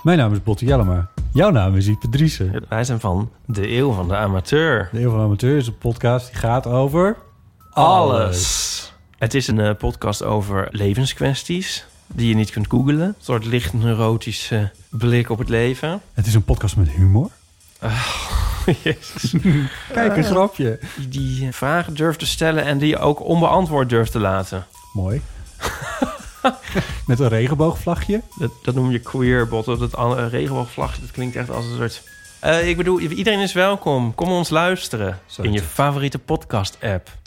Mijn naam is Botte Jellema. Jouw naam is Ipe Driessen. Wij zijn van De Eeuw van de Amateur. De Eeuw van de Amateur is een podcast die gaat over... alles. Het is een podcast over levenskwesties die je niet kunt googlen. Een soort licht neurotische blik op het leven. Het is een podcast met humor. Jezus. Kijk, een grapje. Die vragen durft te stellen en die je ook onbeantwoord durft te laten. Mooi. Met een regenboogvlagje. Dat noem je queerbot. Dat regenboogvlagje, dat klinkt echt als een soort... ik bedoel, iedereen is welkom. Kom ons luisteren in je favoriete podcast-app.